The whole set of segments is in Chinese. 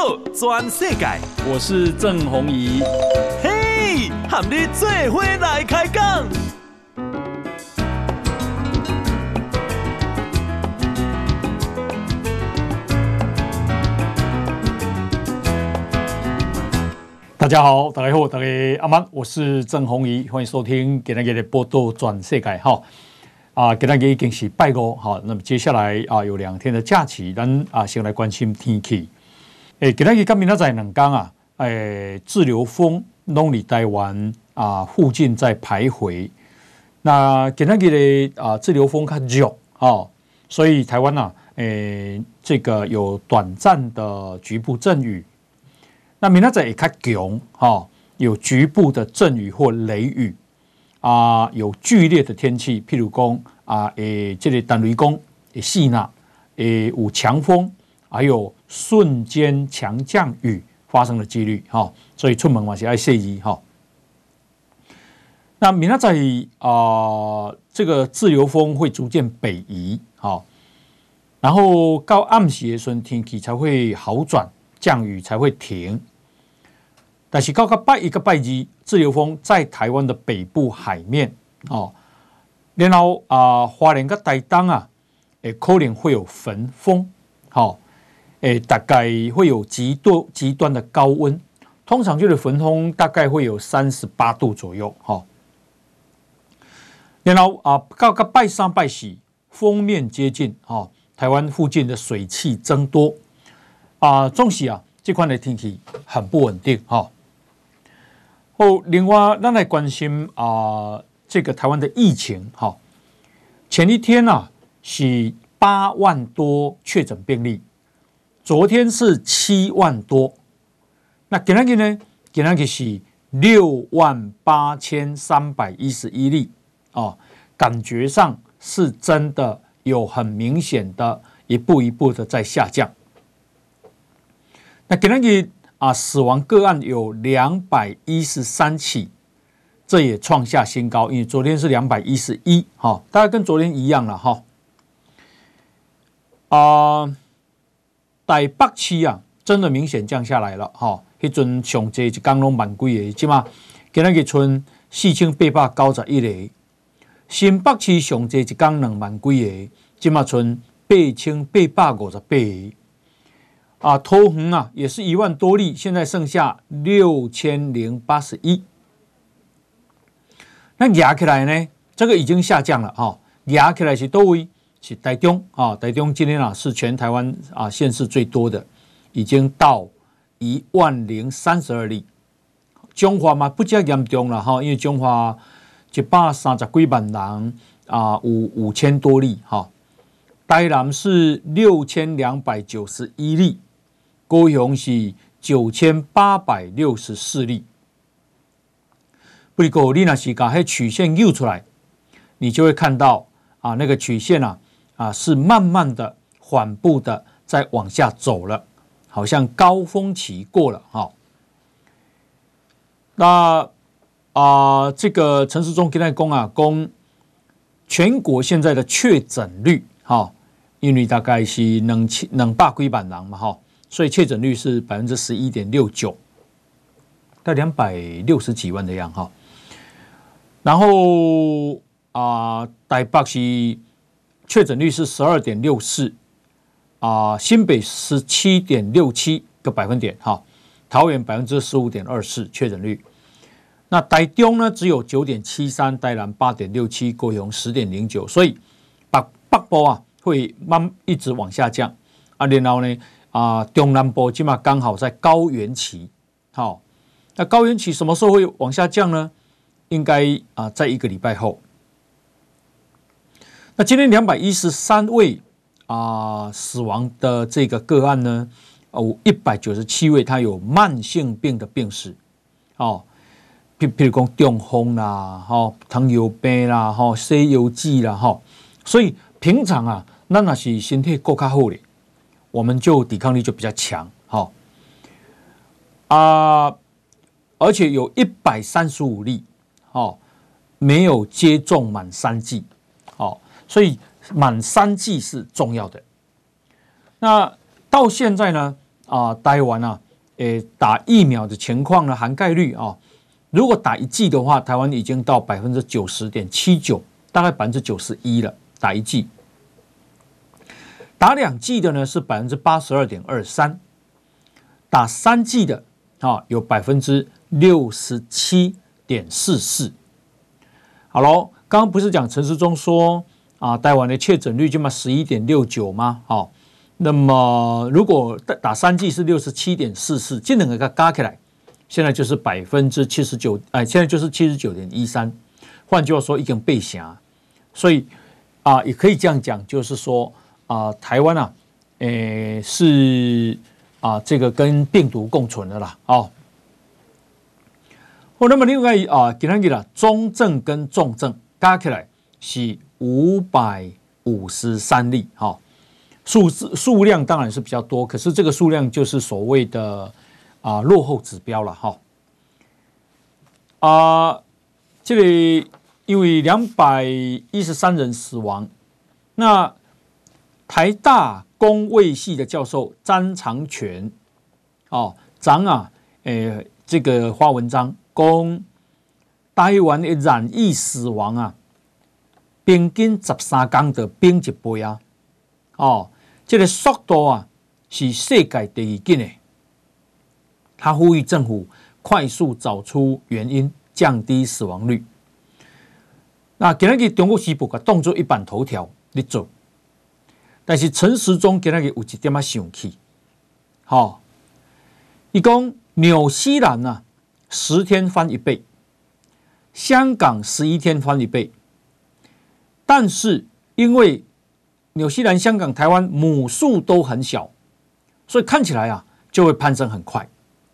道全世界。 我是郑弘仪。 嘿，和你做伙来开讲。 大家好，大家好，大家阿曼，我是郑弘仪，欢迎收听今天的报道全世界哈。今天已经是拜五哈，那么接下来有2天的假期，咱先来关心天气。今天跟明仔载2天啊，滞留风拢在台湾附近在徘徊。那今天的滞留风较弱哦，所以台湾这个有短暂的局部阵雨。那明仔载也较强哈，有局部的阵雨或雷雨有剧烈的天气，譬如讲这个单位讲细呐，有强风，还有瞬间强降雨发生的几率哈，所以出门嘛是要小心哈。那明仔载这个滞留风会逐渐北移哈，然后到暗时的时候天气才会好转，降雨才会停。但是到拜1、拜2，滞留风在台湾的北部海面然后花莲跟台东可能会有焚风大概会有极端的高温，通常就是焚风大概会有38度左右然后到拜3、拜4，锋面接近台湾附近的水汽增多总是这款的天气很不稳定另外咱来关心这个台湾的疫情前一天是8万多确诊病例，昨天是7万多，那今天呢？今天是68311例感觉上是真的有很明显的一步一步的在下降。那今天死亡个案有213起，这也创下新高，因为昨天是211大概跟昨天一样了台北市真的明显降下来了那阵上济一天拢万几个，现在今天剩4891个。新北市上济一天2万几个，现在剩8858个。桃园也是1万多例，现在剩下6081。那压起来呢？这个已经下降了压起来是哪位？是台中台中今天是全台湾县市最多的，已经到10032例。中华嘛不加严重了因为中华130几万人有5000多例台南是6291例。高雄是9864例，不过你若是把那曲线右出来，你就会看到那个曲线是慢慢的、缓步的在往下走了，好像高峰期过了那这个陈时中跟他讲全国现在的确诊率因为大概是200几万人嘛所以确诊率是11.69%，大概260几万的样然后台北市确诊率是12.64%，新北17.67个百分点桃园15.24%确诊率。那台中呢只有9.73%，台南8.67%，高雄10.09%，所以北部会一直往下降然后呢中南部现在刚好在高原期那高原期什么时候会往下降呢？应该在1个礼拜后。那今天213位死亡的这个个案呢197位他有慢性病的病史譬如讲中风啦糖尿病啦西游记啦所以平常咱若是身体够较好咧，我们就抵抗力就比较强而且有135例没有接种满3剂所以满3剂是重要的。那到现在呢台湾啊，打疫苗的情况呢，涵盖率啊，如果打1剂的话，台湾已经到90.79%，大概91%了，打1剂。打2剂的呢是82.23%，打3剂的有67.44%。好喽，刚刚不是讲陈时中说台湾的确诊率就嘛11.69吗？好，那么如果打3剂是67.44%，这两个加起来，现在就是79%，现在就是79.13%。换句话说，已经被辖，所以也可以这样讲，就是说台湾啊，是这个跟病毒共存的啦，那么另外今天啦，中症跟重症加起来是553例，数量当然是比较多，可是这个数量就是所谓的落后指标了这里因为213人死亡，那台大公卫系的教授詹长全这个发文章讲台湾的染疫死亡平均13天就变一倍这个速度是世界第2紧的。他呼吁政府快速找出原因，降低死亡率。那今天中国时报给当作一版头条在做，但是陈时中今天有一点生气，他说纽西兰10天翻1倍，香港11天翻1倍，但是因为纽西兰、香港、台湾母数都很小，所以看起来就会攀升很快。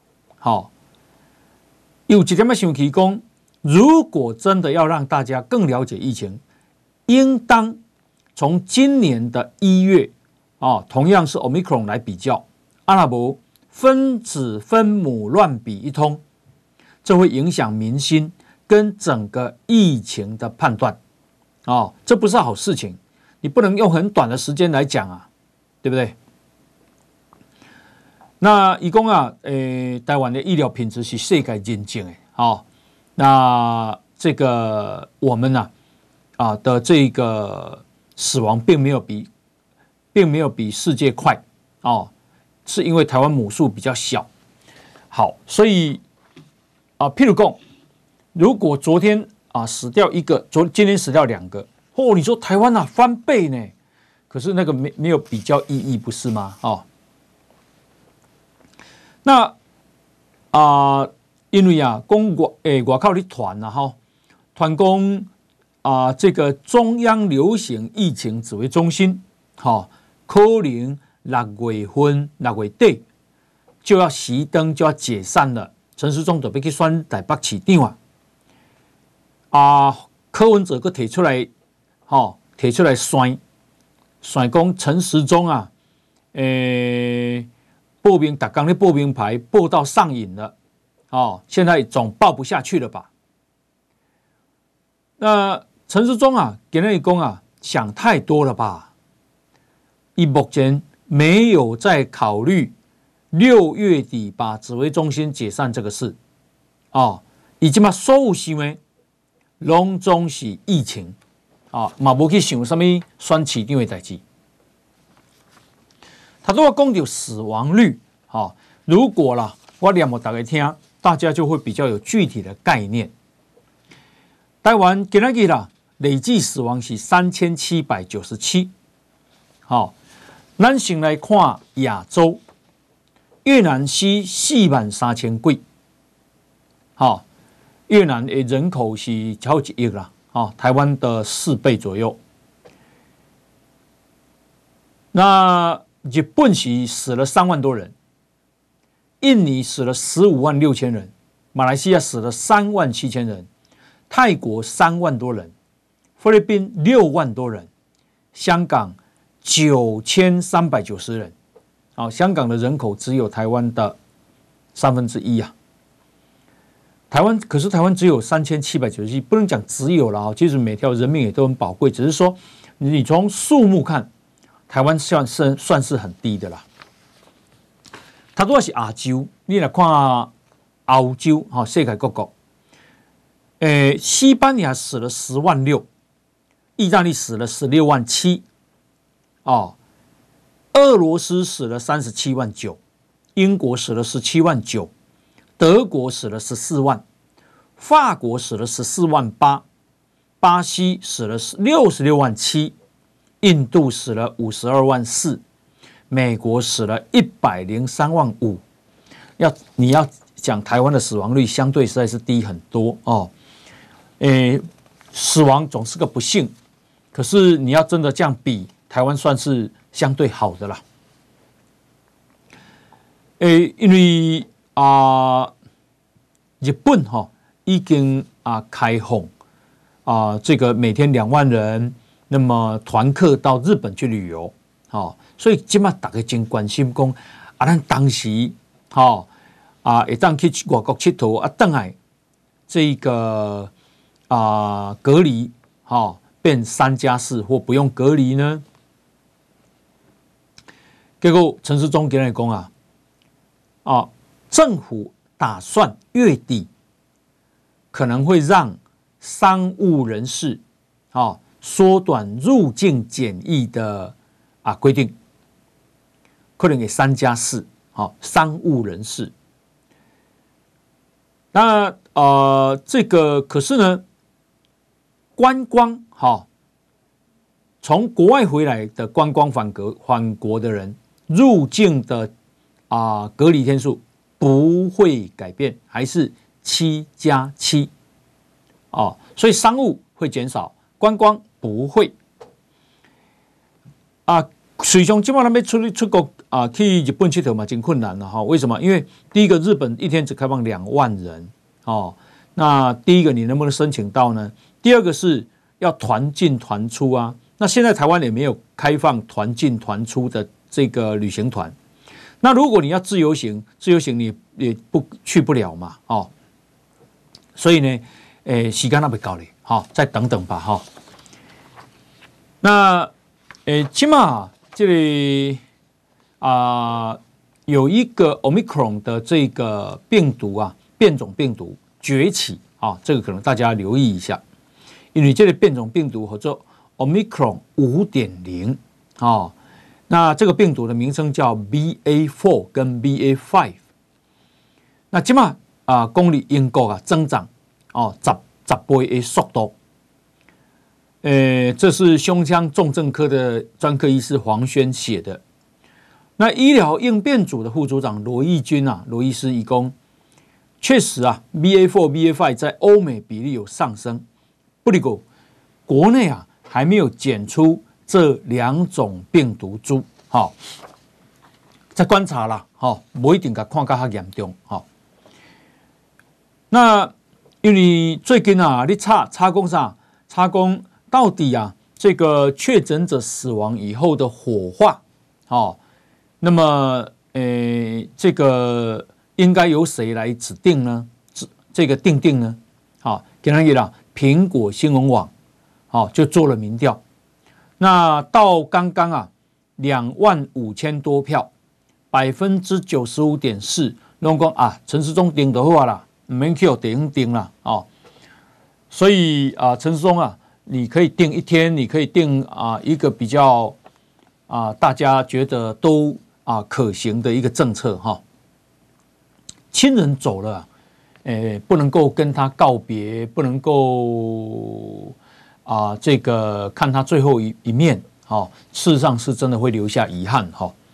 有一点生气说，如果真的要让大家更了解疫情，应当从今年的1月同样是 Omicron 来比较，阿伯分子分母乱比一通，这会影响民心跟整个疫情的判断这不是好事情。你不能用很短的时间来讲对不对？那他说台湾的医疗品质是世界认证的那这个我们的这个死亡并没有比世界快是因为台湾母数比较小。好，所以譬如说，如果昨天死掉1个，今天死掉2个，你说台湾翻倍呢？可是那个没有比较意义，不是吗？那因为讲外口的团团讲这个中央流行疫情指挥中心可能6月份6月底就要熄灯，就要解散了。陈时中就要去选台北市长柯文哲佫提出来宣讲陈时中报名大家的报名牌报到上瘾了现在总报不下去了吧？那陈时中今天讲想太多了吧？他目前没有在考虑6月底把指挥中心解散这个事以及所有想的拢总是疫情嘛无去想什么选市长的代志。他都要讲到死亡率如果啦我念给大家听，大家就会比较有具体的概念。台湾今天累计死亡是3797。咱先来看亚洲，越南是43000几。越南的人口是超1亿啦，台湾的4倍左右。那日本是死了3万多人，印尼死了15.6万人，马来西亚死了3.7万人，泰国3万多人，菲律宾6万多人，香港9390人。香港的人口只有台湾的1/3可是台湾只有3791，不能讲只有了其实每条人命也都很宝贵，只是说你从数目看，台湾算是很低的啦。 它如果是亚洲，你来看欧洲世界各国，西班牙死了10万6，意大利死了16万7，俄罗斯死了37万9，英国死了17万9，德国死了14万，法国死了14万8，巴西死了66万7，印度死了52万4，美国死了103万5。你要讲台湾的死亡率相对实在是低很多哦。死亡总是个不幸，可是你要真的这样比，台湾算是相对好的啦。因为日本已经开放这个每天2万人，那么团客到日本去旅游，所以今嘛大家真关心讲咱当时会当去外国佚佗回来这个隔离变3+4或不用隔离呢？结果陈时中今天讲政府打算月底可能会让商务人士缩短入境检疫的规定，可能给3+4商务人士。那这个可是呢，观光从国外回来的观光返国的人入境的隔离天数不会改变，还是7+7所以商务会减少，观光不会水上今晚那边出国去日本佚佗嘛，真困难了为什么？因为第一个，日本一天只开放2万人那第一个你能不能申请到呢？第二个是要团进团出那现在台湾也没有开放团进团出的这个旅行团。那如果你要自由行你也去不了嘛所以呢时间那边搞嘞再等等吧那起码这里有一个 Omicron 的这个病毒变种病毒崛起这个可能大家留意一下，因为这个变种病毒叫做 Omicron 5.0那这个病毒的名称叫 BA4 跟 BA5。那起码公里英国增长10倍的速度。这是胸腔重症科的专科医师黄轩写的。那医疗应变组的副组长罗义军罗医师医工，确实BA4、BA5 在欧美比例有上升，不过国内还没有检出这2种病毒株，在观察啦，不一定看到很严重，那因为最近你查讲啥？查讲到底这个确诊者死亡以后的火化，那么这个应该由谁来指定呢？这个定呢？今天苹果新闻网就做了民调，那到刚刚25000多票，95.4%拢讲陈时中定就好啦，唔免去定啦所以陈时中你可以定1天，你可以定一个比较大家觉得都可行的一个政策亲人走了，不能够跟他告别，不能够这个看他最后一面事实上是真的会留下遗憾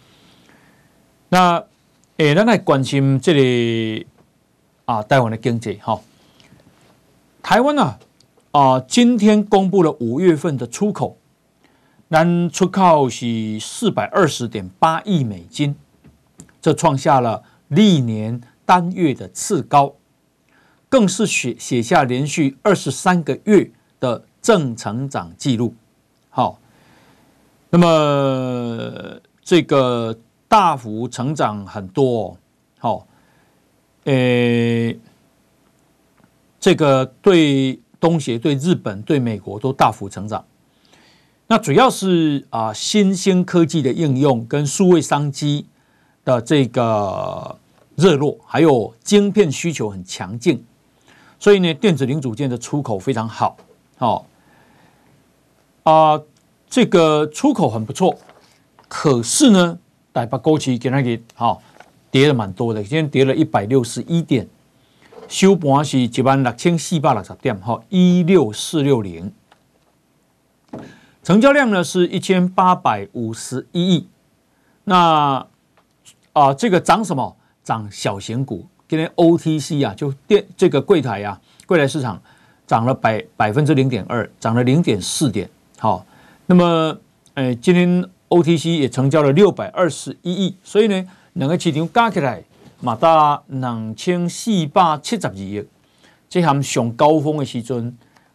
那咱来关心这里台湾的经济台湾今天公布了5月份的出口，咱出口是420.8亿美金，这创下了历年单月的次高，更是写下连续23个月的正成长记录。那么这个大幅成长很多这个对东协、对日本、对美国都大幅成长。那主要是新兴科技的应用跟数位商机的这个热络，还有晶片需求很强劲，所以呢，电子零组件的出口非常好。这个出口很不错，可是呢，台北股市今天跌了蛮多的，今天跌了161点，收盘是16460点，16460。成交量呢是1851亿。那这个涨什么？涨小型股。今天 OTC 啊，就这个柜台啊，柜台市场涨了0.2%，涨了0.4点。好，那么今天 OTC 也成交了621亿，所以呢，两个市场加起来嘛达2472亿，这含上高峰的时阵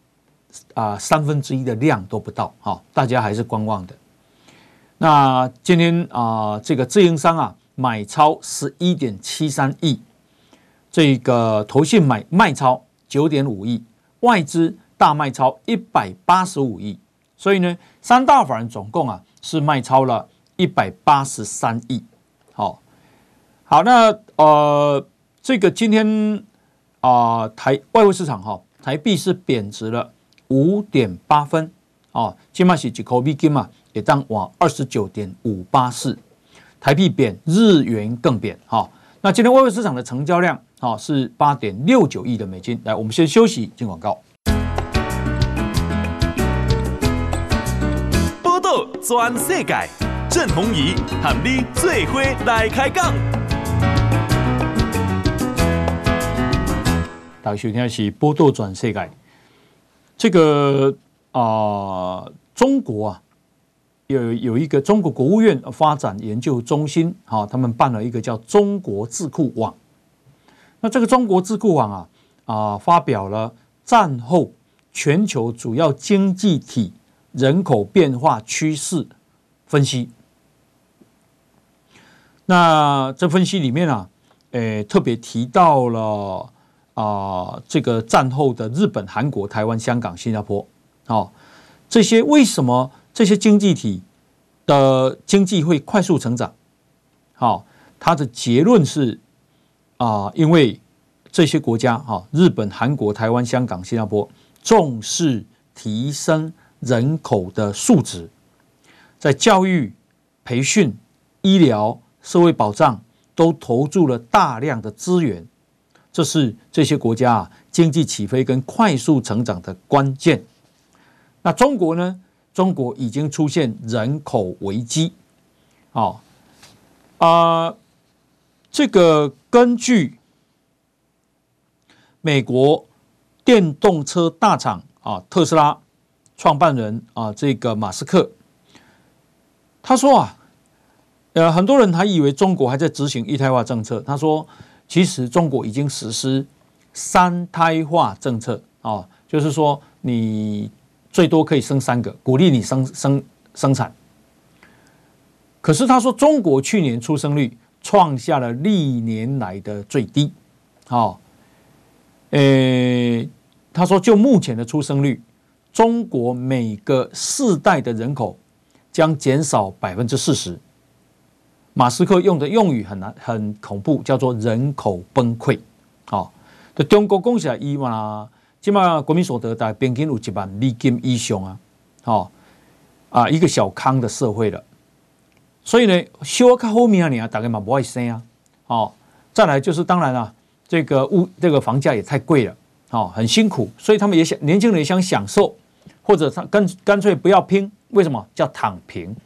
1/3的量都不到，大家还是观望的。那今天这个自营商啊买超11.73亿，这个投信卖超9.5亿，外资大卖超185亿，所以呢，三大法人总共是卖超了183亿。好，那这个今天外汇市场台币是贬值了5.8分今嘛是一块美金嘛，也当往29.584，台币贬，日元更贬那今天外汇市场的成交量是8.69亿的美金。来，我们先休息，进广告。 报道全世界，郑鸿仪和你做伙来开讲。 大家收听的是《报道全世界》。这个中国有一个中国国务院发展研究中心他们办了一个叫中国智库网。那这个中国智库网发表了战后全球主要经济体人口变化趋势分析。那这分析里面特别提到了这个战后的日本、韩国、台湾、香港、新加坡这些为什么这些经济体的经济会快速成长？它的结论是因为这些国家日本、韩国、台湾、香港、新加坡重视提升人口的素质，在教育、培训、医疗、社会保障都投注了大量的资源，这是这些国家经济起飞跟快速成长的关键。那中国呢？中国已经出现人口危机。这个根据美国电动车大厂特斯拉创办人这个马斯克，他说很多人还以为中国还在执行一胎化政策，他说其实中国已经实施3胎化政策就是说你最多可以生3个，鼓励你生产。可是他说，中国去年出生率创下了历年来的最低。他说，就目前的出生率，中国每个4代的人口将减少40%。马斯克用的用语很恐怖，叫做人口崩溃。就中国讲起来伊嘛。现在国民所得大概平均有1万美金以上一个小康的社会了。所以呢，小康后面大家嘛不爱生再来就是当然这个房价也太贵了很辛苦，所以他们年轻人也想享受，或者他干脆不要拼，为什么叫躺平？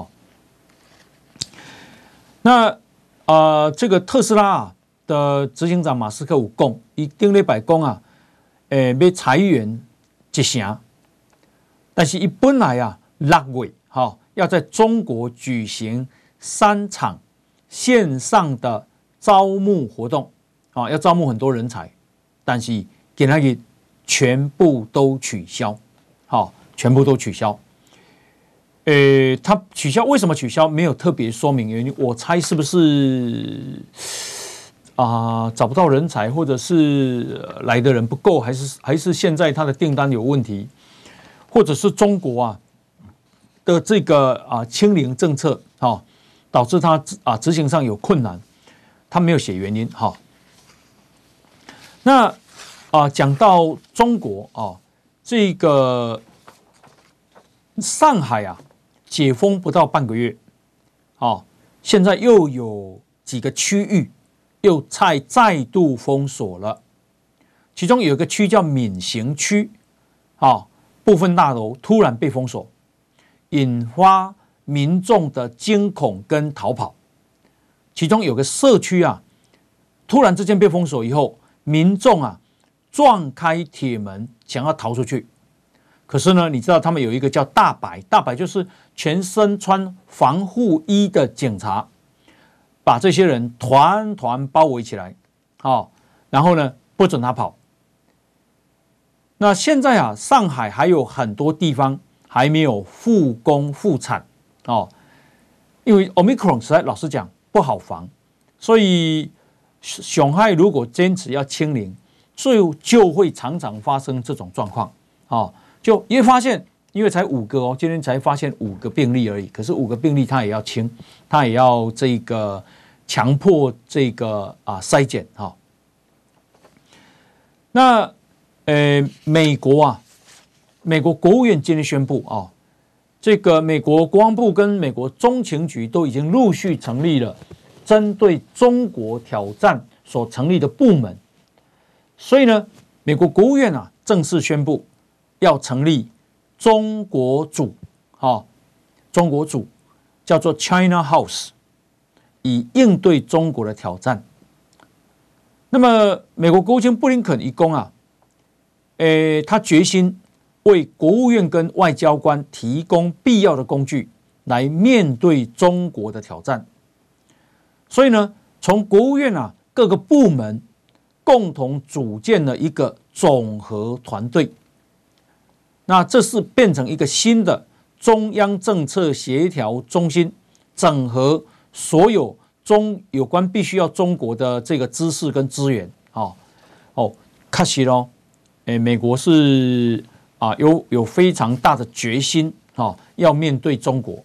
那这个特斯拉的执行长马斯克有讲，他顶礼拜讲要裁员1成，但是他本来6月要在中国举行3场线上的招募活动要招募很多人才，但是今天全部都取消，全部都取消。他取消为什么取消？没有特别说明原因，我猜是不是？找不到人才，或者是来的人不够，还是现在他的订单有问题，或者是中国的这个清零政策导致他执行上有困难，他没有写原因哈。那讲到中国这个上海解封不到半个月，现在又有几个区域又再度封锁了，其中有一个区叫闵行区，部分大楼突然被封锁，引发民众的惊恐跟逃跑。其中有个社区突然之间被封锁以后，民众撞开铁门想要逃出去，可是呢，你知道他们有一个叫大白，大白就是全身穿防护衣的警察，把这些人团团包围起来，然后呢不准他跑。那现在上海还有很多地方还没有复工复产因为 Omicron 实在老实讲不好防，所以上海如果坚持要清零，就会常常发生这种状况就因为发现，因为才5个今天才发现5个病例而已，可是5个病例他也要清，他也要这个强迫这个筛检那美国国务院今天宣布这个美国国防部跟美国中情局都已经陆续成立了针对中国挑战所成立的部门，所以呢，美国国务院正式宣布要成立中国组中国组叫做 China House， 以应对中国的挑战。那么美国国务卿布林肯一公他决心为国务院跟外交官提供必要的工具来面对中国的挑战。所以呢，从国务院各个部门共同组建了一个总和团队，那这是变成一个新的中央政策协调中心，整合所有有关必须要中国的这个知识跟资源确实美国是有非常大的决心要面对中国。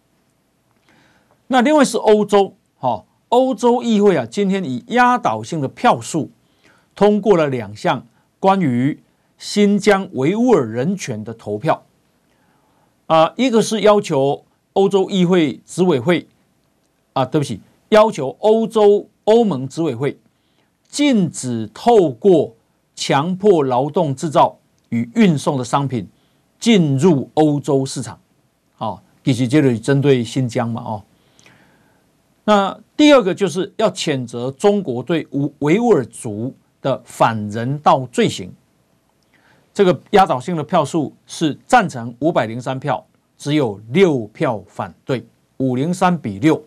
那另外是欧洲欧洲议会今天以压倒性的票数通过了2项关于新疆维吾尔人权的投票一个是要求欧洲议会执委会要求欧盟执委会禁止透过强迫劳动制造与运送的商品进入欧洲市场其实这是针对新疆嘛那第二个就是要谴责中国对维吾尔族的反人道罪行，这个压倒性的票数是赞成503票，只有6票反对，503-6。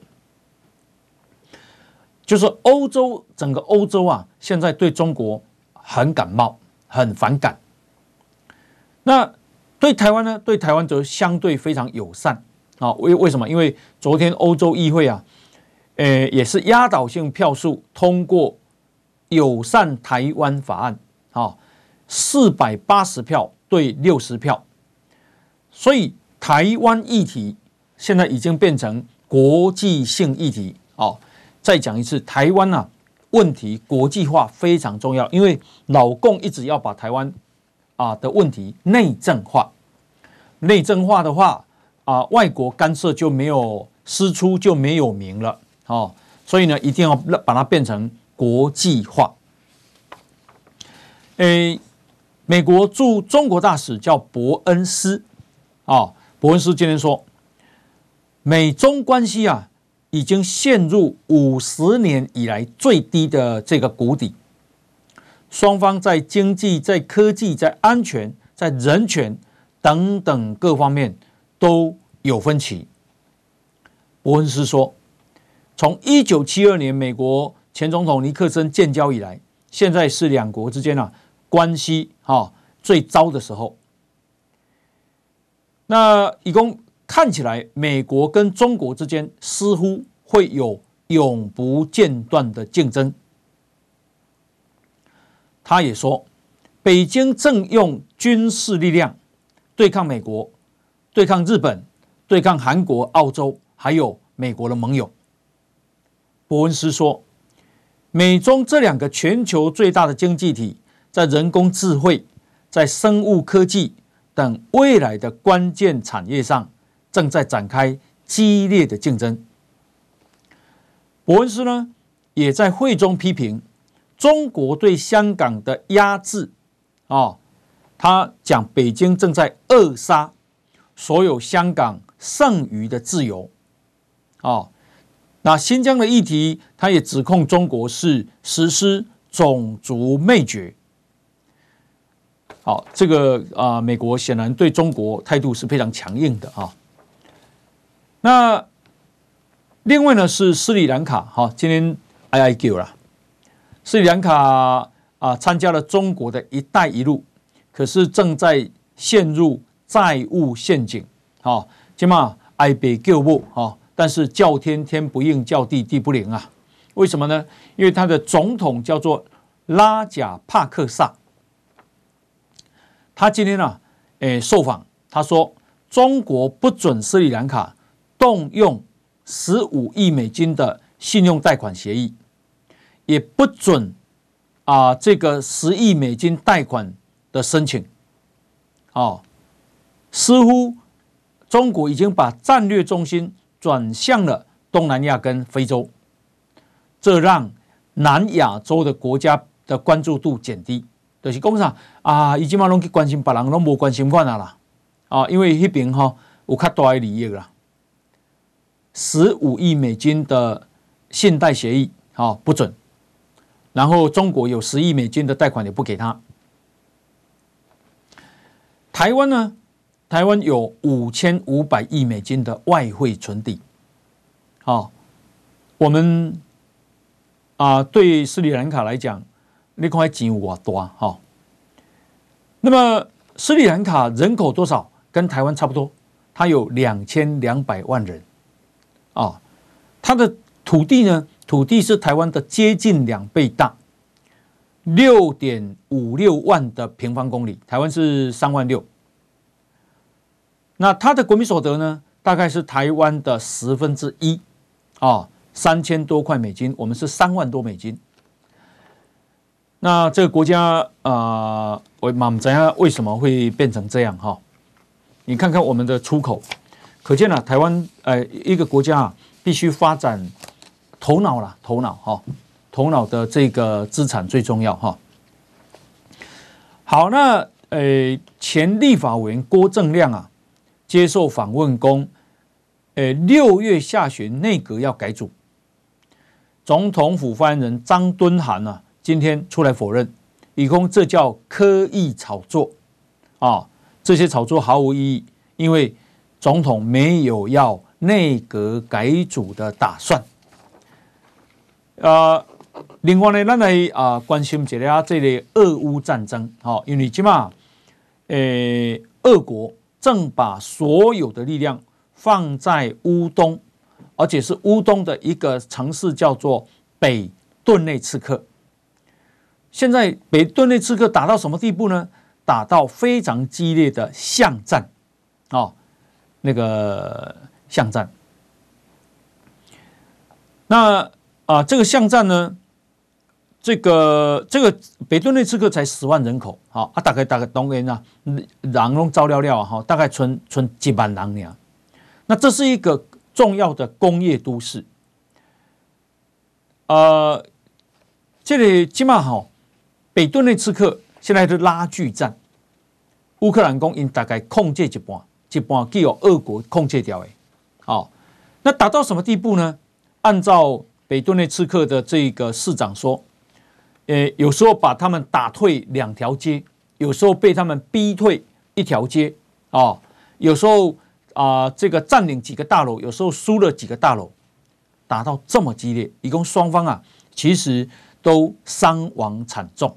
就是整个欧洲现在对中国很感冒，很反感。那对台湾呢？对台湾则相对非常友善为什么？因为昨天欧洲议会也是压倒性票数通过友善台湾法案480票对60票，所以台湾议题现在已经变成国际性议题再讲一次，台湾问题国际化非常重要，因为老共一直要把台湾的问题内政化，内政化的话外国干涉就没有师出，就没有名了所以呢，一定要把它变成国际化。美国驻中国大使叫伯恩斯伯恩斯今天说，美中关系已经陷入50年以来最低的这个谷底，双方在经济、在科技、在安全、在人权等等各方面都有分歧。伯恩斯说，从1972年美国前总统尼克森建交以来，现在是两国之间关系最糟的时候。那以供看起来，美国跟中国之间似乎会有永不间断的竞争。他也说，北京正用军事力量对抗美国、对抗日本、对抗韩国、澳洲，还有美国的盟友。伯恩斯说，美中这两个全球最大的经济体，在人工智慧、在生物科技等未来的关键产业上，正在展开激烈的竞争。伯恩斯呢，也在会中批评中国对香港的压制，他讲北京正在扼杀所有香港剩余的自由，那新疆的议题，他也指控中国是实施种族灭绝。好，这个美国显然对中国态度是非常强硬的啊。那另外呢是斯里兰卡，今天 IIQ 啦，斯里兰卡参加了中国的一带一路，可是正在陷入债务陷阱，今嘛哀别救母但是叫天天不应，叫地地不灵啊！为什么呢？因为他的总统叫做拉贾帕克萨，他今天受访，他说中国不准斯里兰卡动用15亿美金的信用贷款协议，也不准这个10亿美金贷款的申请。似乎中国已经把战略重心转向了东南亚跟非洲，这让南亚洲的国家的关注度减低。就是讲啥伊即马拢去关心别人，拢无关心我啦因为迄边有较大的利益啦。15亿美金的信贷协议不准，然后中国有10亿美金的贷款也不给他。台湾呢？台湾有5500亿美金的外汇存底，我们对斯里兰卡来讲，你看钱有多大那么斯里兰卡人口多少？跟台湾差不多，它有2200万人它的土地呢？土地是台湾的接近2倍大，6.56万的平方公里，台湾是36000。那它的国民所得呢，大概是台湾的1/10，3000多块美金，我们是3万多美金。那这个国家我不知道为什么会变成这样你看看我们的出口，可见台湾一个国家必须发展头脑头脑的这个资产最重要好，那前立法委员郭正亮接受访问公，6月下旬内阁要改组，总统府发言人张敦涵今天出来否认，以供这叫刻意炒作这些炒作毫无意义，因为总统没有要内阁改组的打算。另外呢，咱来关心一下这个俄乌战争因为现在俄国正把所有的力量放在乌东，而且是乌东的一个城市叫做北顿内茨克。现在北顿内茨克打到什么地步呢？打到非常激烈的巷战那个巷战。那这个巷战呢，这个北顿内茨克才10万人口大概当然人都照料了大概存1万人而已。那这是一个重要的工业都市。这里起码北顿内茨克现在是拉锯战，乌克兰说因大概控制一半既有俄国控制掉的。那打到什么地步呢？按照北顿内茨克的这个市长说，有时候把他们打退2条街，有时候被他们逼退1条街有时候这个占领几个大楼，有时候输了几个大楼，打到这么激烈，一共双方其实都伤亡惨重。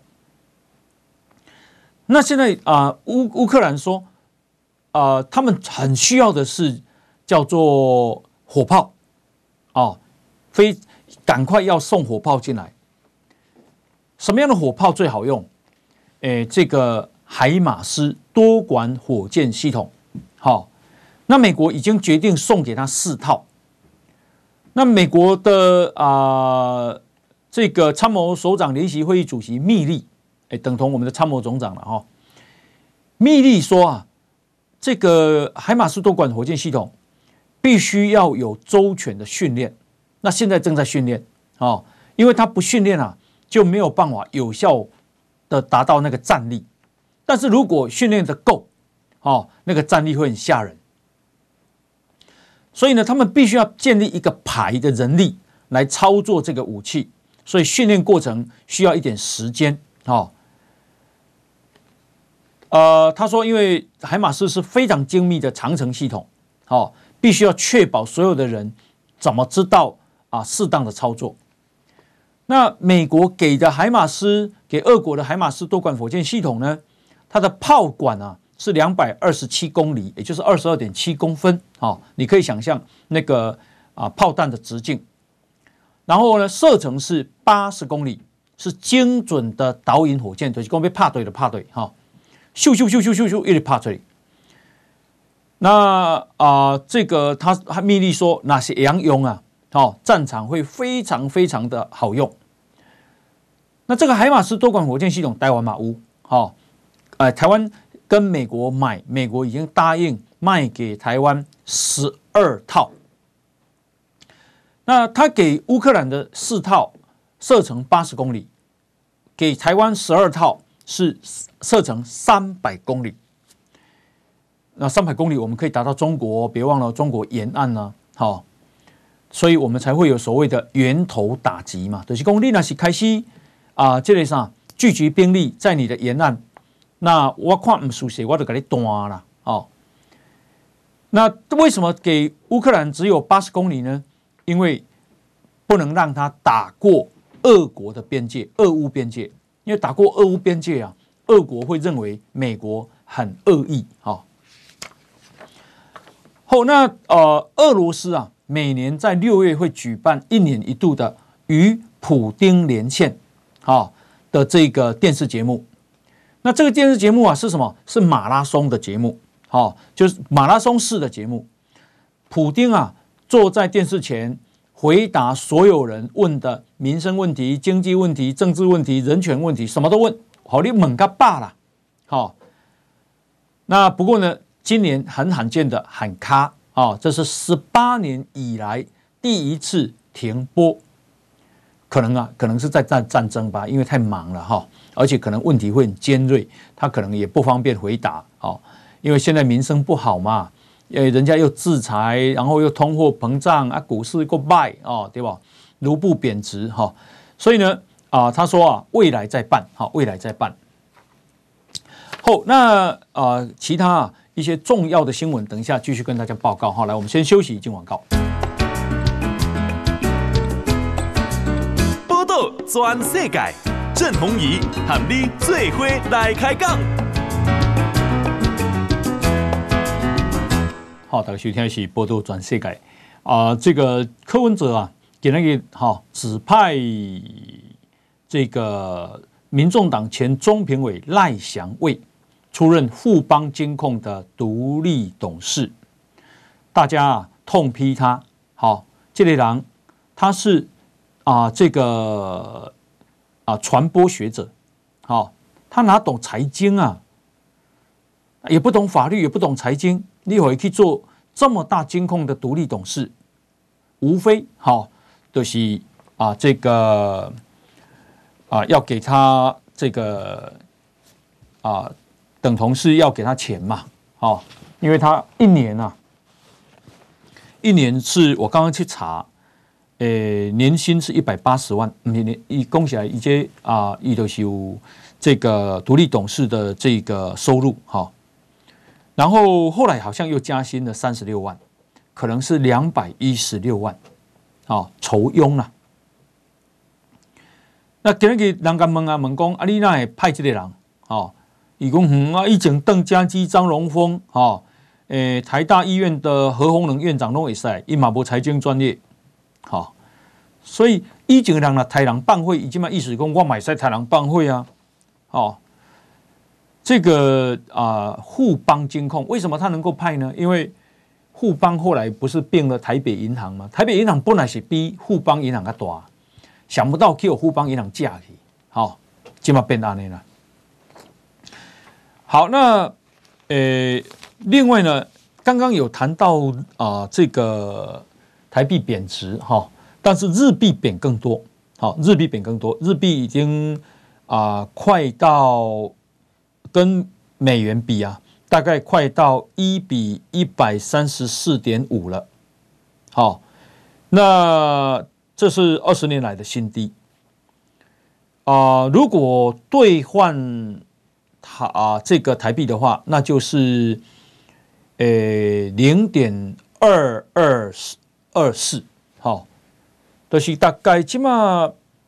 那现在乌克兰说他们很需要的是叫做火炮赶快要送火炮进来。什么样的火炮最好用？这个海马斯多管火箭系统。那美国已经决定送给他4套。 那美国的这个参谋首长联席会议主席密利，等同我们的参谋总长了哈。密利说啊，这个海马斯多管火箭系统必须要有周全的训练，那现在正在训练哦，因为他不训练啊，就没有办法有效的达到那个战力。但是如果训练的够，哦，那个战力会很吓人。所以呢，他们必须要建立一个排的人力来操作这个武器，所以训练过程需要一点时间。哦，他说，因为海马斯是非常精密的长程系统，哦，必须要确保所有的人怎么知道适当的操作。那美国给的海马斯，给俄国的海马斯多管火箭系统呢，它的炮管是227公里，也就是22.7公分。你可以想象那个炮弹的直径。然后呢，射程是80公里，是精准的导引火箭，就是说被拍对的拍对哈，咻咻咻咻咻咻一直拍出来。那这个他密利说，那些洋用战场会非常非常的好用。那这个海马斯多管火箭系统，台湾嘛有，台湾跟美国买，美国已经答应卖给台湾12套。那他给乌克兰的4套，射程80公里，给台湾12套是射程300公里。那300公里我们可以达到中国，别忘了中国沿岸呢，所以我们才会有所谓的源头打击嘛，就是说你若是开始这个啥聚集兵力在你的沿岸。那我看不熟悉，我就给你断了。那为什么给乌克兰只有80公里呢？因为不能让他打过俄国的边界，俄乌边界。因为打过俄乌边界俄国会认为美国很恶意。那俄罗斯每年在6月会举办1年1度的与普丁连线的这个电视节目。那这个电视节目是什么？是马拉松的节目，就是马拉松式的节目。普丁坐在电视前回答所有人问的民生问题、经济问题、政治问题、人权问题，什么都问，好你猛个罢了。那不过呢，今年很罕见的喊卡这是18年以来第一次停播，可能是在战争吧，因为太忙了而且可能问题会很尖锐，他可能也不方便回答因为现在民生不好嘛，人家又制裁，然后又通货膨胀股市又败对吧？卢布贬值所以呢他说未来再办未来再办。那其他一些重要的新闻，等一下继续跟大家报告来，我们先休息，进广告。 报道全世界，郑鸿仪和你最伙来开讲。 大家收听的是报道全世界这个柯文哲给那个指派这个民众党前中评委赖祥卫出任富邦金控的独立董事，大家痛批他。这类人他是这个传播学者，他哪懂财经也不懂法律，也不懂财经，你可以去做这么大金控的独立董事，无非就是这个要给他这个等同是要给他钱嘛，因为他一年是我刚刚去查，年薪是180万，恭喜来一些伊都是有这个独立董事的这个收入然后后来好像又加薪了36万，可能是216万，酬庸啦。那今日人家问讲你哪会派这个人？伊讲以前邓家基、张荣丰，台大医院的何鸿燊院长都会使，伊嘛无财经专业，所以以前人啦，台人办会，伊即嘛意思讲我买使台人办会这个富邦金控为什么他能够派呢？因为富邦后来不是并了台北银行吗？台北银行本来是比富邦银行较大，想不到去有富邦银行架去，好，这么变安尼了。好，那另外呢，刚刚有谈到这个台币贬值哈，但是日币贬更多，好，日币贬更多，日币已经快到跟美元比啊。大概快到1比134.5了，好，那这是20年来的新低如果兑换这个台币的话，那就是0.2224，好，就是大概即马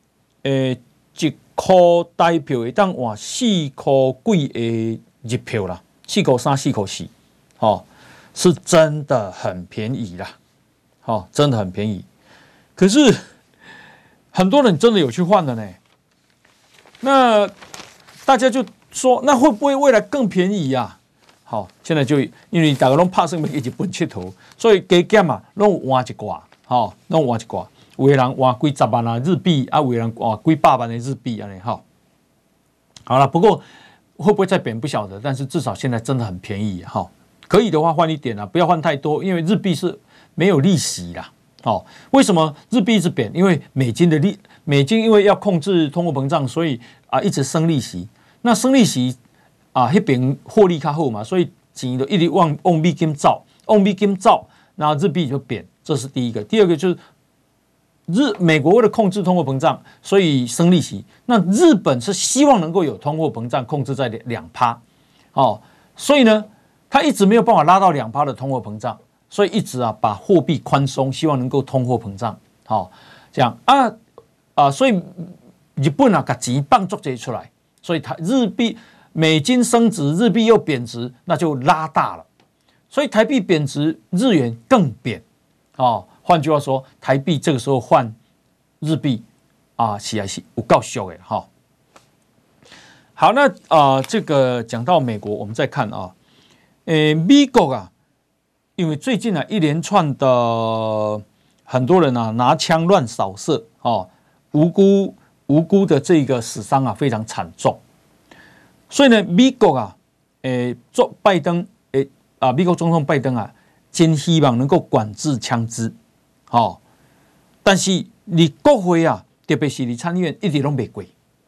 1块台票会当换4块几的日票啦。4块3、4块4，是真的很便宜啦，真的很便宜。可是很多人真的有去换的呢，那大家就说，那会不会未来更便宜呀？好，现在就因为大家都怕什么一直分切头，所以加减嘛，拢换一挂，拢换一挂，有的人换几十万啊日币啊，有的人换几百万的日币啊，好了，不过。会不会再贬不晓得，但是至少现在真的很便宜哈，可以的话换一点不要换太多，因为日币是没有利息啦。为什么日币一直贬？因为美金因为要控制通货膨胀，所以一直升利息。那升利息那边获利较好嘛，所以钱就一直往美金走，然后日币就贬，这是第一个。第二个就是美国为了控制通货膨胀，所以升利息。那日本是希望能够有通货膨胀控制在2%，所以呢，他一直没有办法拉到2%的通货膨胀，所以一直把货币宽松，希望能够通货膨胀。这样所以日本把钱放足这出来，所以美金升值，日币又贬值，那就拉大了。所以台币贬值，日元更贬。换句话说，台币这个时候换日币是还是有够俗的哈。好，那这个讲到美国，我们再看美国因为最近一连串的很多人拿枪乱扫射无辜的这个死伤非常惨重，所以呢，美国做拜登美国总统拜登真希望能够管制枪支。但是你国会特别是你参议院一直都没过。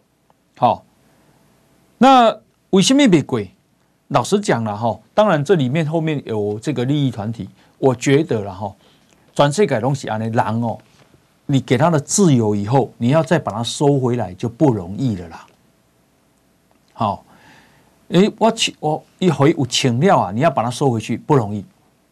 那为什么没过？老实讲了当然这里面后面有这个利益团体，我觉得了全世界东西人你给他的自由以后，你要再把它收回来就不容易了啦。我一回有请料你要把它收回去不容易。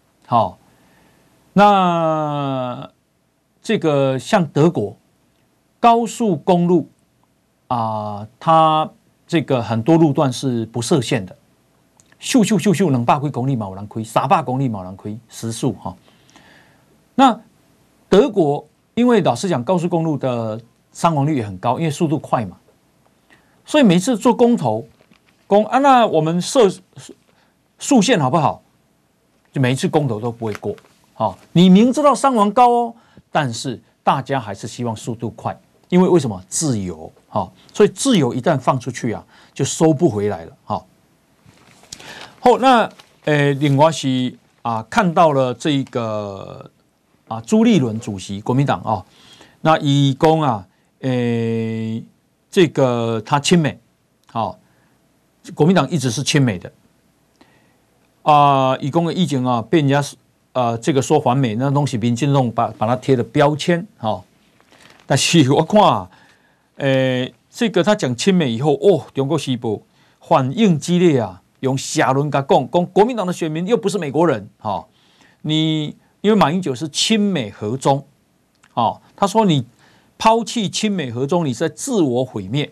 那这个像德国高速公路它这个很多路段是不设限的，咻200几公里嘛有人开，300公里嘛有人开，时速那德国因为老实讲，高速公路的伤亡率也很高，因为速度快嘛，所以每次做公投那我们设速限好不好？就每一次公投都不会过。你明知道伤亡高但是大家还是希望速度快，因为为什么？自由所以自由一旦放出去就收不回来了那另外是看到了这个朱立伦主席国民党那以公这个他亲美国民党一直是亲美的以公的意见被人家这个说反美，那东西民进党把它贴了标签但是我看这个他讲亲美以后中国时报反应激烈用下轮讲国民党的选民又不是美国人你因为马英九是亲美和中他说你抛弃亲美和中，你是在自我毁灭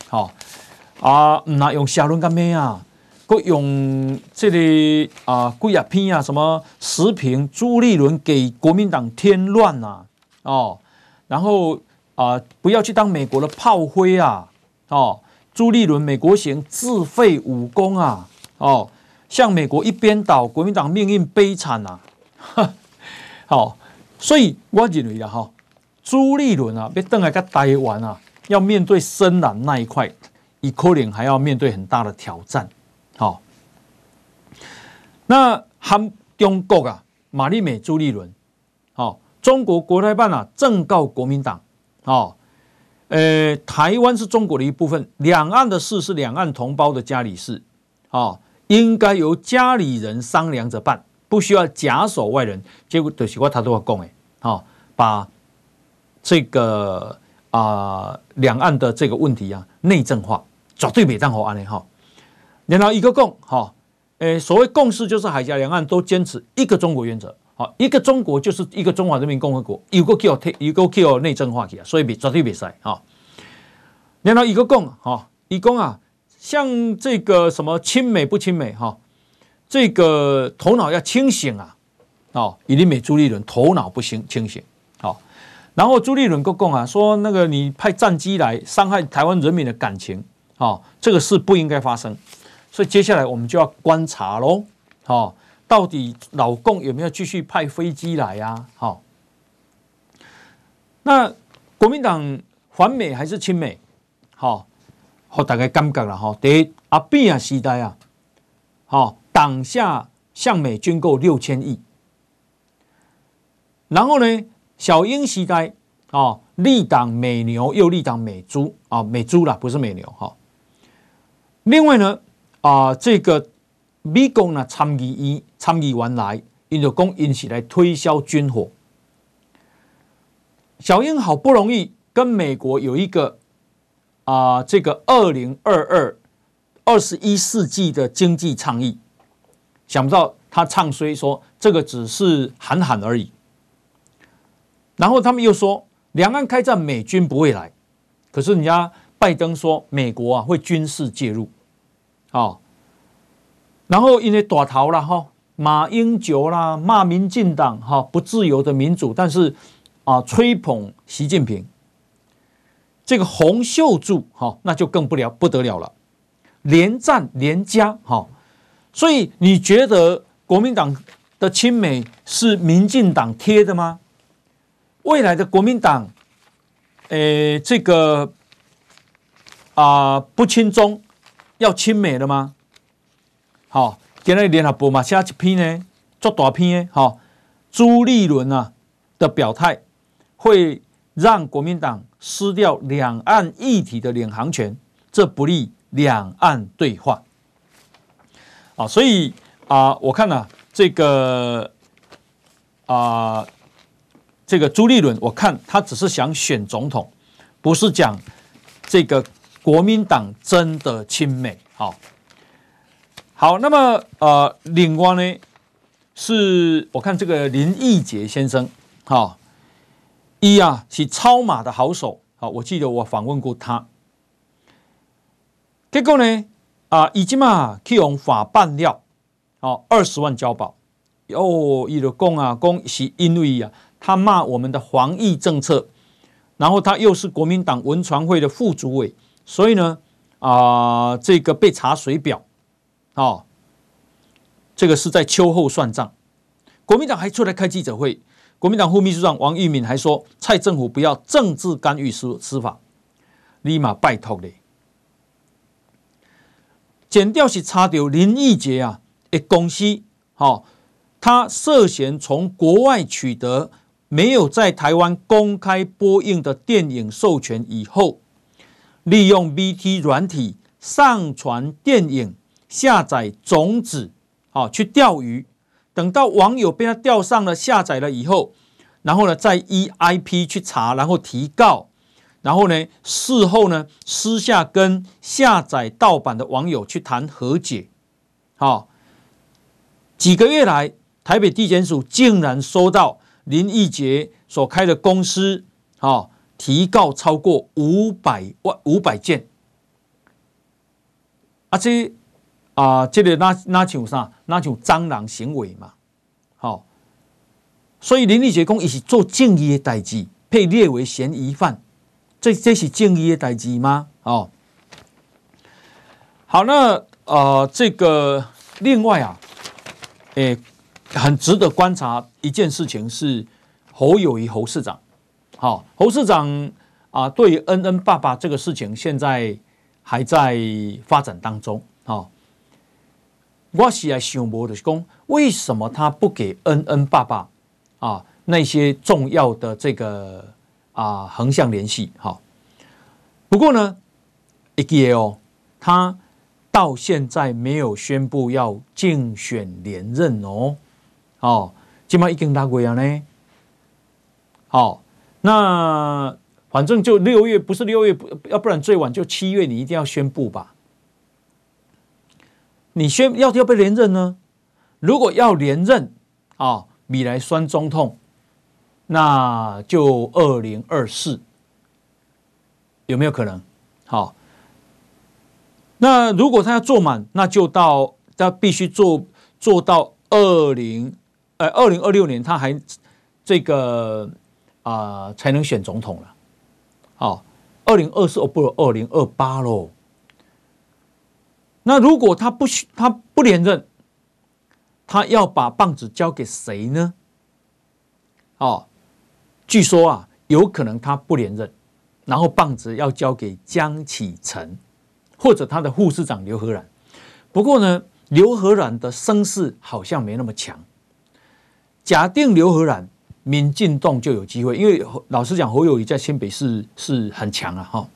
那用下轮干咩佮用这里几啊篇什么时评朱立伦给国民党添乱然后不要去当美国的炮灰朱立伦美国行自废武功向美国一边倒，国民党命运悲惨好，所以我认为啦哈，朱立伦啊，要回来跟台湾啊，要面对深蓝那一块，以可能还要面对很大的挑战。好，那含中国啊，马立美、朱立伦，好，中国国台办啊，正告国民党，好，台湾是中国的一部分，两岸的事是两岸同胞的家里事，好，应该由家里人商量着办。不需要假手外人，结果就是我他都要讲诶，好，把这个两岸的这个问题啊内政化，绝对没当好安尼哈。然后一个共哈，所谓共识就是海峡两岸都坚持一个中国原则，好，一个中国就是一个中华人民共和国，有个叫内政化起来，所以绝对没使哈。然后一个共哈，一共啊，像这个什么亲美不亲美哈。这个头脑要清醒啊！哦，以林美朱立伦头脑不清醒，好，然后朱立伦ก็讲啊，说那个你派战机来伤害台湾人民的感情，哦，这个事不应该发生，所以接下来我们就要观察喽，哦，到底老共有没有继续派飞机来啊？好，那国民党反美还是亲美？好，好大概感觉了哈，第一阿扁啊时代啊，好。党下向美军购6000亿，然后呢，小英时代啊，立党美牛又立党美猪啊，美猪啦，不是美牛哈。另外呢，这个美国呢参议员来，因就讲因是来推销军火。小英好不容易跟美国有一个这个2022-21世纪的经济倡议。想不到他唱衰说这个只是喊喊而已，然后他们又说两岸开战美军不会来，可是人家拜登说美国会军事介入，然后因为大头啦哈，马英九啦骂民进党不自由的民主，但是吹捧习近平，这个洪秀柱那就更不得了了，连战连加所以你觉得国民党的亲美是民进党贴的吗？未来的国民党，这个不亲中要亲美了吗？好，今天联合报嘛写一篇呢，做大篇的，朱立伦的表态会让国民党失掉两岸议题的领航权，这不利两岸对话。所以我看这个朱立伦，我看他只是想选总统，不是讲这个国民党真的亲美。好，那么另外呢，是我看这个林义杰先生，是超马的好手，我记得我访问过他，结果呢？已经去用法办了，20万交保。他就讲是因为他骂我们的防疫政策，然后他又是国民党文传会的副主委，所以呢，这个被查水表，这个是在秋后算账。国民党还出来开记者会，国民党副秘书长王玉敏还说，蔡政府不要政治干预司法，立马拜托嘞。检调是查到林义杰的公司，他涉嫌从国外取得没有在台湾公开播映的电影授权以后，利用 VT 软体上传电影下载种子，去钓鱼。等到网友被他钓上了下载了以后，然后呢再依 IP 去查，然后提告。然后呢，事后呢，私下跟下载盗版的网友去谈和解。几个月来，台北地检署竟然收到林义杰所开的公司，提告超过500件。这个哪像啥？哪像蟑螂行为嘛？所以林义杰讲，伊是做正义的代志，被列为嫌疑犯。这是正义的代志吗？好，那这个另外很值得观察一件事情是侯友宜侯市长，好，侯市长啊，对于恩恩爸爸这个事情，现在还在发展当中，好，我是来想无就是讲，为什么他不给恩恩爸爸啊那些重要的这个横向联系，好，不过呢，一个哦，他到现在没有宣布要竞选连任哦，哦，今嘛已经6月了呢，好，那反正就6月，不是6月，要不然最晚就7月，你一定要宣布吧？你要不要连任呢？如果要连任啊，米来选总统，那就2024，有没有可能？好。那如果他要做满，那就他必须做到2026年，他还这个才能选总统了。好，2024不如2028喽。那如果他不连任，他要把棒子交给谁呢？据说啊，有可能他不连任，然后棒子要交给江启臣。或者他的副市长刘和然，不过呢，刘和然的声势好像没那么强。假定刘和然，民进党就有机会，因为老实讲，侯友宜在新北市是很强啊，哈。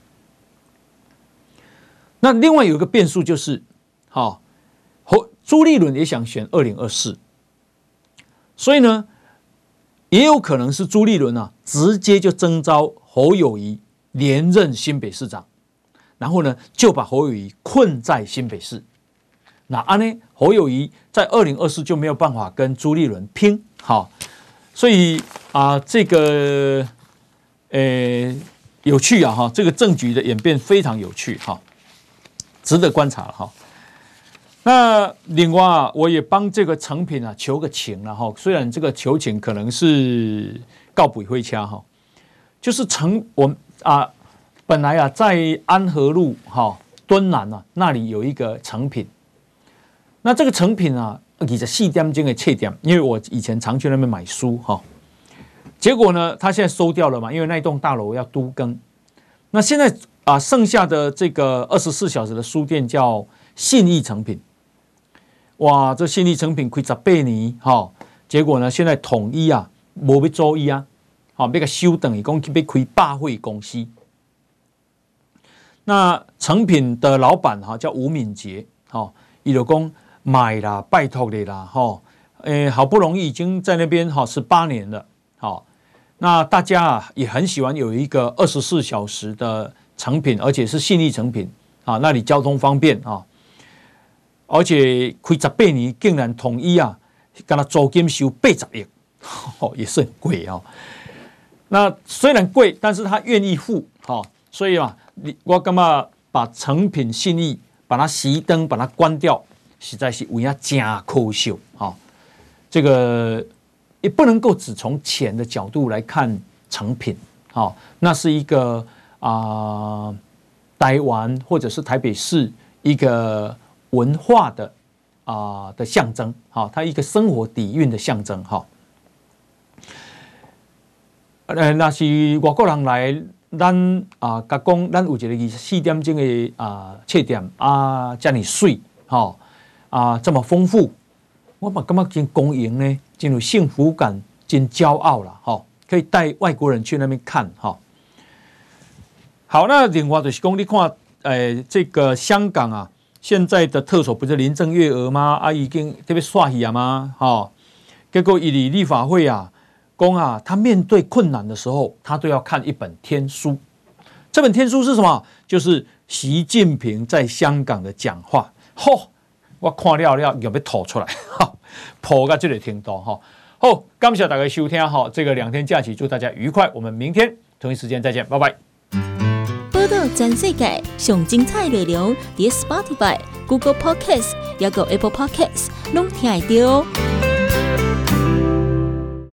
那另外有一个变数就是，朱立伦也想选2024，所以呢，也有可能是朱立伦啊，直接就征召侯友宜连任新北市长。然后呢，就把侯友宜困在新北市。那侯友宜在2024就没有办法跟朱立伦拼，好，所以这个有趣啊哈，这个政局的演变非常有趣哈，值得观察了哈。那另外我也帮这个成品求个情了哈，虽然这个求情可能是告不会掐哈，就是本来在安和路敦南那里有一个成品，那这个成品24点钟的册店，因为我以前常去那边买书结果呢，他现在收掉了嘛，因为那栋大楼要都更。那现在剩下的这个24小时的书店叫信义成品，哇，这信义成品开18年结果呢，现在统一没要做伊要给收等于讲要开百货公司。那成品的老板叫吴敏杰，他就说买啦，拜托你啦，好不容易已经在那边18年了，那大家也很喜欢有一个24小时的成品，而且是信义成品那里交通方便而且开18年竟然统一跟他租金收80亿，也是很贵那虽然贵，但是他愿意付所以我感觉把成品信义把它熄灯把它关掉，实在是有影真可惜这个也不能够只从钱的角度来看成品那是一个台湾或者是台北市一个文化的象征它一个生活底蕴的象征那是外国人来。咱甲讲，咱有一个24点钟的册店这么水这么丰富，我嘛感觉真公营呢，真有幸福感，真骄傲啦可以带外国人去那边看好，那另外就是讲，你看这个香港现在的特首不是林郑月娥吗？已经特别耍戏吗？结果以立法会他面对困难的时候，他都要看一本天书。这本天书是什么？就是习近平在香港的讲话。我看了要吐出来，吐到这个程度好，感谢大家收听这个2天假期，祝大家愉快。我们明天同一时间再见，拜拜。 报道全世界上精彩内容，在 Spotify、Google Podcast 还有 Apple Podcast 拢听得到。